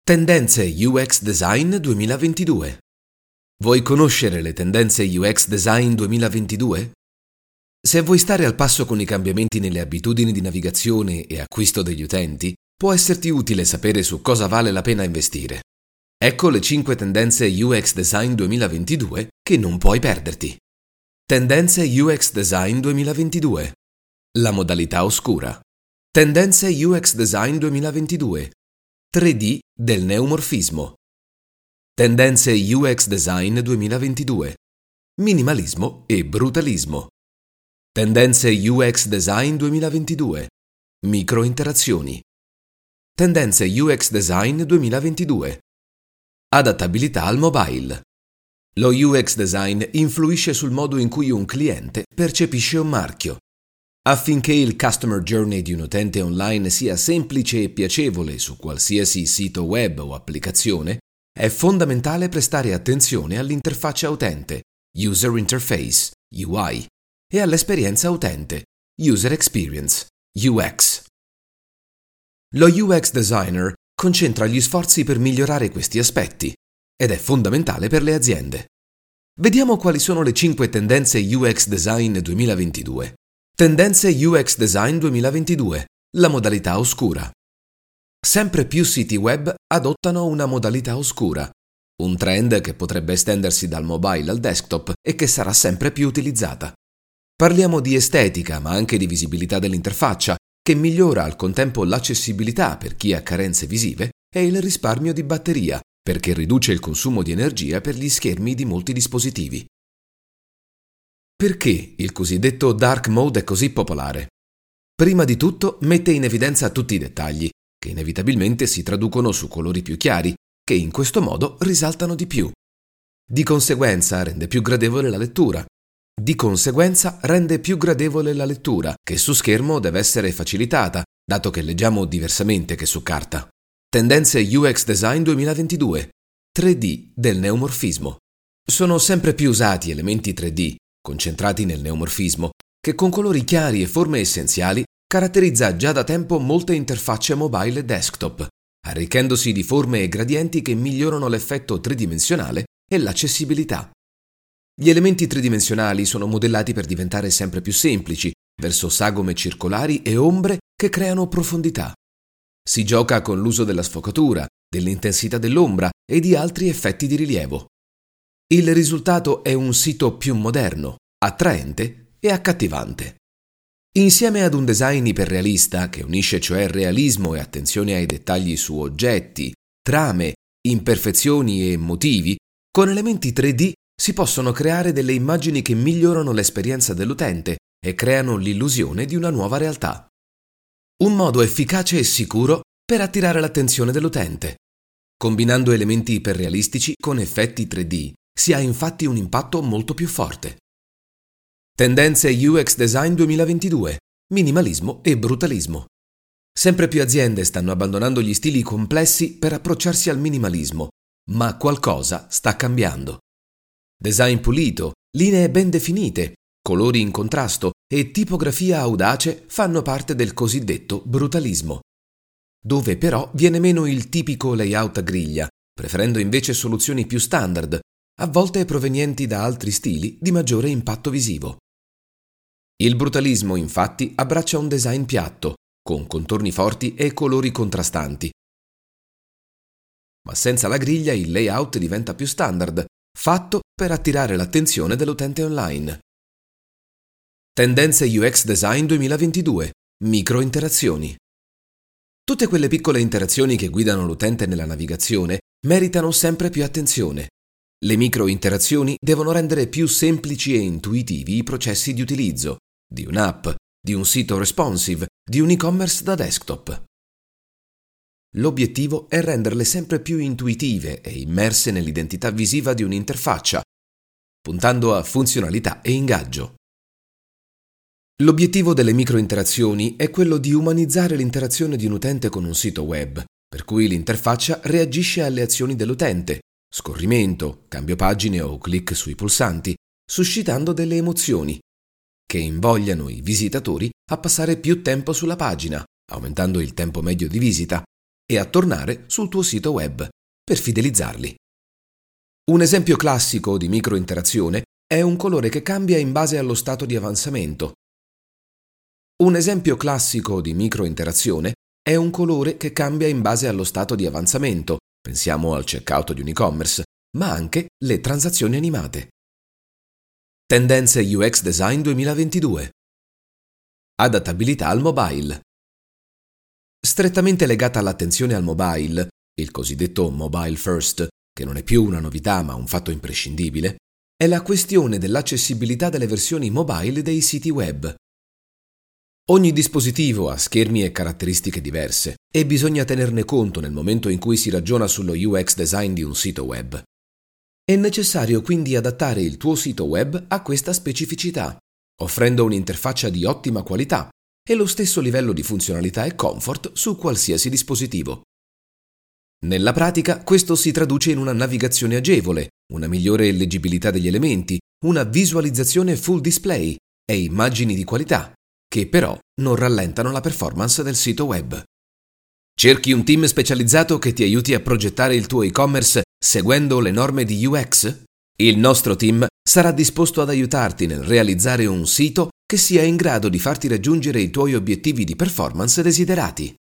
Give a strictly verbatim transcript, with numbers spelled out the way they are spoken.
Tendenze U X Design duemilaventidue. Vuoi conoscere le tendenze U X Design duemilaventidue? Se vuoi stare al passo con i cambiamenti nelle abitudini di navigazione e acquisto degli utenti, può esserti utile sapere su cosa vale la pena investire. Ecco le cinque tendenze U X Design duemilaventidue che non puoi perderti. Tendenze U X Design duemilaventidue. La modalità oscura. Tendenze U X Design duemilaventidue. tre D del neomorfismo. Tendenze U X Design duemilaventidue. Minimalismo e brutalismo. Tendenze U X Design duemilaventidue. Microinterazioni. Tendenze U X Design duemilaventidue. Adattabilità al mobile. Lo U X Design influisce sul modo in cui un cliente percepisce un marchio. Affinché il customer journey di un utente online sia semplice e piacevole su qualsiasi sito web o applicazione, è fondamentale prestare attenzione all'interfaccia utente, User Interface, U I, e all'esperienza utente, User Experience, U X. Lo U X Designer concentra gli sforzi per migliorare questi aspetti ed è fondamentale per le aziende. Vediamo quali sono le cinque tendenze U X Design duemilaventidue. Tendenze U X Design duemilaventidue. La modalità oscura. Sempre più siti web adottano una modalità oscura, un trend che potrebbe estendersi dal mobile al desktop e che sarà sempre più utilizzata. Parliamo di estetica, ma anche di visibilità dell'interfaccia, che migliora al contempo l'accessibilità per chi ha carenze visive e il risparmio di batteria, perché riduce il consumo di energia per gli schermi di molti dispositivi. Perché il cosiddetto dark mode è così popolare? Prima di tutto mette in evidenza tutti i dettagli, che inevitabilmente si traducono su colori più chiari, che in questo modo risaltano di più. Di conseguenza rende più gradevole la lettura. Di conseguenza rende più gradevole la lettura, che su schermo deve essere facilitata, dato che leggiamo diversamente che su carta. Tendenze U X Design duemilaventidue. tre D del neomorfismo. Sono sempre più usati elementi tre D, concentrati nel neomorfismo, che con colori chiari e forme essenziali caratterizza già da tempo molte interfacce mobile e desktop, arricchendosi di forme e gradienti che migliorano l'effetto tridimensionale e l'accessibilità. Gli elementi tridimensionali sono modellati per diventare sempre più semplici, verso sagome circolari e ombre che creano profondità. Si gioca con l'uso della sfocatura, dell'intensità dell'ombra e di altri effetti di rilievo. Il risultato è un sito più moderno, attraente e accattivante. Insieme ad un design iperrealista che unisce cioè realismo e attenzione ai dettagli su oggetti, trame, imperfezioni e motivi, con elementi tre D si possono creare delle immagini che migliorano l'esperienza dell'utente e creano l'illusione di una nuova realtà. Un modo efficace e sicuro per attirare l'attenzione dell'utente. Combinando elementi iperrealistici con effetti tre D, si ha infatti un impatto molto più forte. Tendenze U X Design duemilaventidue. Minimalismo e brutalismo. Sempre più aziende stanno abbandonando gli stili complessi per approcciarsi al minimalismo, ma qualcosa sta cambiando. Design pulito, linee ben definite, colori in contrasto e tipografia audace fanno parte del cosiddetto brutalismo, dove però viene meno il tipico layout a griglia, preferendo invece soluzioni più standard, a volte provenienti da altri stili di maggiore impatto visivo. Il brutalismo, infatti, abbraccia un design piatto, con contorni forti e colori contrastanti. Ma senza la griglia il layout diventa più standard, fatto per attirare l'attenzione dell'utente online. Tendenze U X Design duemilaventidue. Microinterazioni. Tutte quelle piccole interazioni che guidano l'utente nella navigazione meritano sempre più attenzione. Le microinterazioni devono rendere più semplici e intuitivi i processi di utilizzo di un'app, di un sito responsive, di un e-commerce da desktop. L'obiettivo è renderle sempre più intuitive e immerse nell'identità visiva di un'interfaccia, puntando a funzionalità e ingaggio. L'obiettivo delle microinterazioni è quello di umanizzare l'interazione di un utente con un sito web, per cui l'interfaccia reagisce alle azioni dell'utente, scorrimento, cambio pagine o clic sui pulsanti, suscitando delle emozioni che invogliano i visitatori a passare più tempo sulla pagina, aumentando il tempo medio di visita, e a tornare sul tuo sito web per fidelizzarli. Un esempio classico di microinterazione è un colore che cambia in base allo stato di avanzamento. Un esempio classico di microinterazione è un colore che cambia in base allo stato di avanzamento, pensiamo al checkout di un e-commerce, ma anche le transazioni animate. Tendenze U X Design duemilaventidue. Adattabilità al mobile. Strettamente legata all'attenzione al mobile, il cosiddetto mobile first, che non è più una novità ma un fatto imprescindibile, è la questione dell'accessibilità delle versioni mobile dei siti web. Ogni dispositivo ha schermi e caratteristiche diverse e bisogna tenerne conto nel momento in cui si ragiona sullo U X design di un sito web. È necessario quindi adattare il tuo sito web a questa specificità, offrendo un'interfaccia di ottima qualità e lo stesso livello di funzionalità e comfort su qualsiasi dispositivo. Nella pratica questo si traduce in una navigazione agevole, una migliore leggibilità degli elementi, una visualizzazione full display e immagini di qualità, che però non rallentano la performance del sito web. Cerchi un team specializzato che ti aiuti a progettare il tuo e-commerce seguendo le norme di U X? Il nostro team sarà disposto ad aiutarti nel realizzare un sito che sia in grado di farti raggiungere i tuoi obiettivi di performance desiderati.